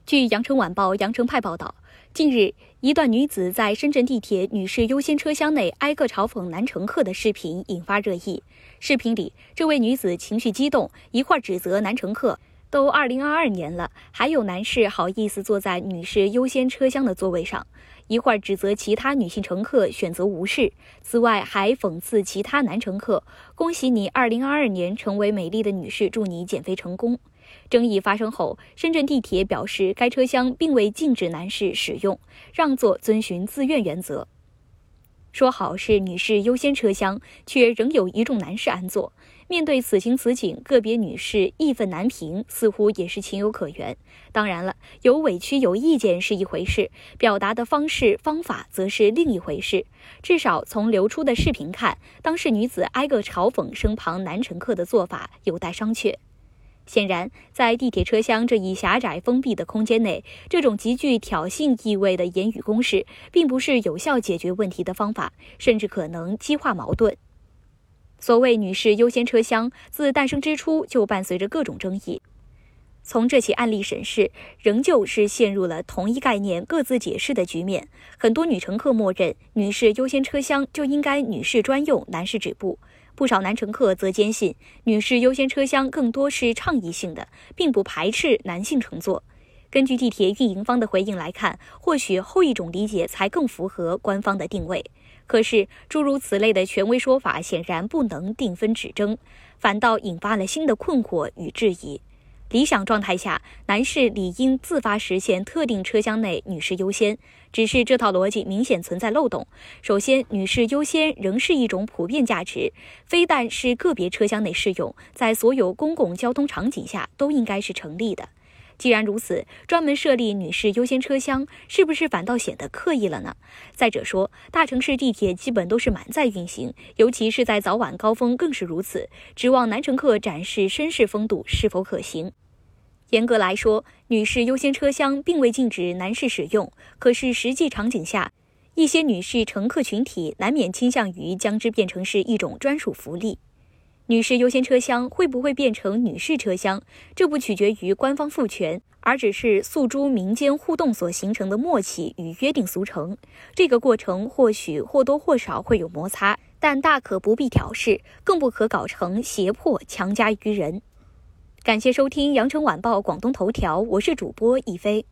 据羊城晚报羊城派报道，近日，一段女子在深圳地铁女士优先车厢内挨个嘲讽男乘客的视频引发热议。视频里，这位女子情绪激动，一会儿指责男乘客都2022年了，还有男士好意思坐在女士优先车厢的座位上，一会儿指责其他女性乘客选择无视，此外还讽刺其他男乘客，恭喜你2022年成为美丽的女士，祝你减肥成功。争议发生后，深圳地铁表示该车厢并未禁止男士使用，让座遵循自愿原则。说好是女士优先车厢，却仍有一众男士安坐。面对此情此景，个别女士义愤难平，似乎也是情有可原。当然了，有委屈有意见是一回事，表达的方式方法则是另一回事。至少从流出的视频看，当事女子挨个嘲讽身旁男乘客的做法有待商榷。显然，在地铁车厢这一狭窄封闭的空间内，这种极具挑衅意味的言语攻势，并不是有效解决问题的方法，甚至可能激化矛盾。所谓女士优先车厢，自诞生之初就伴随着各种争议。从这起案例审视，仍旧是陷入了同一概念各自解释的局面。很多女乘客默认，女士优先车厢就应该女士专用，男士止步。不少男乘客则坚信，女士优先车厢更多是倡议性的，并不排斥男性乘坐。根据地铁运营方的回应来看，或许后一种理解才更符合官方的定位。可是，诸如此类的权威说法显然不能定分指争，反倒引发了新的困惑与质疑。理想状态下，男士理应自发实现特定车厢内女士优先，只是这套逻辑明显存在漏洞。首先，女士优先仍是一种普遍价值，非但是个别车厢内适用，在所有公共交通场景下都应该是成立的。既然如此，专门设立女士优先车厢，是不是反倒显得刻意了呢？再者说，大城市地铁基本都是满载运行，尤其是在早晚高峰更是如此，指望男乘客展示绅士风度是否可行？严格来说，女士优先车厢并未禁止男士使用，可是实际场景下，一些女士乘客群体难免倾向于将之变成是一种专属福利。女士优先车厢会不会变成女士车厢，这不取决于官方赋权，而只是诉诸民间互动所形成的默契与约定俗成。这个过程或许或多或少会有摩擦，但大可不必挑事，更不可搞成胁迫强加于人。感谢收听羊城晚报广东头条，我是主播一飞。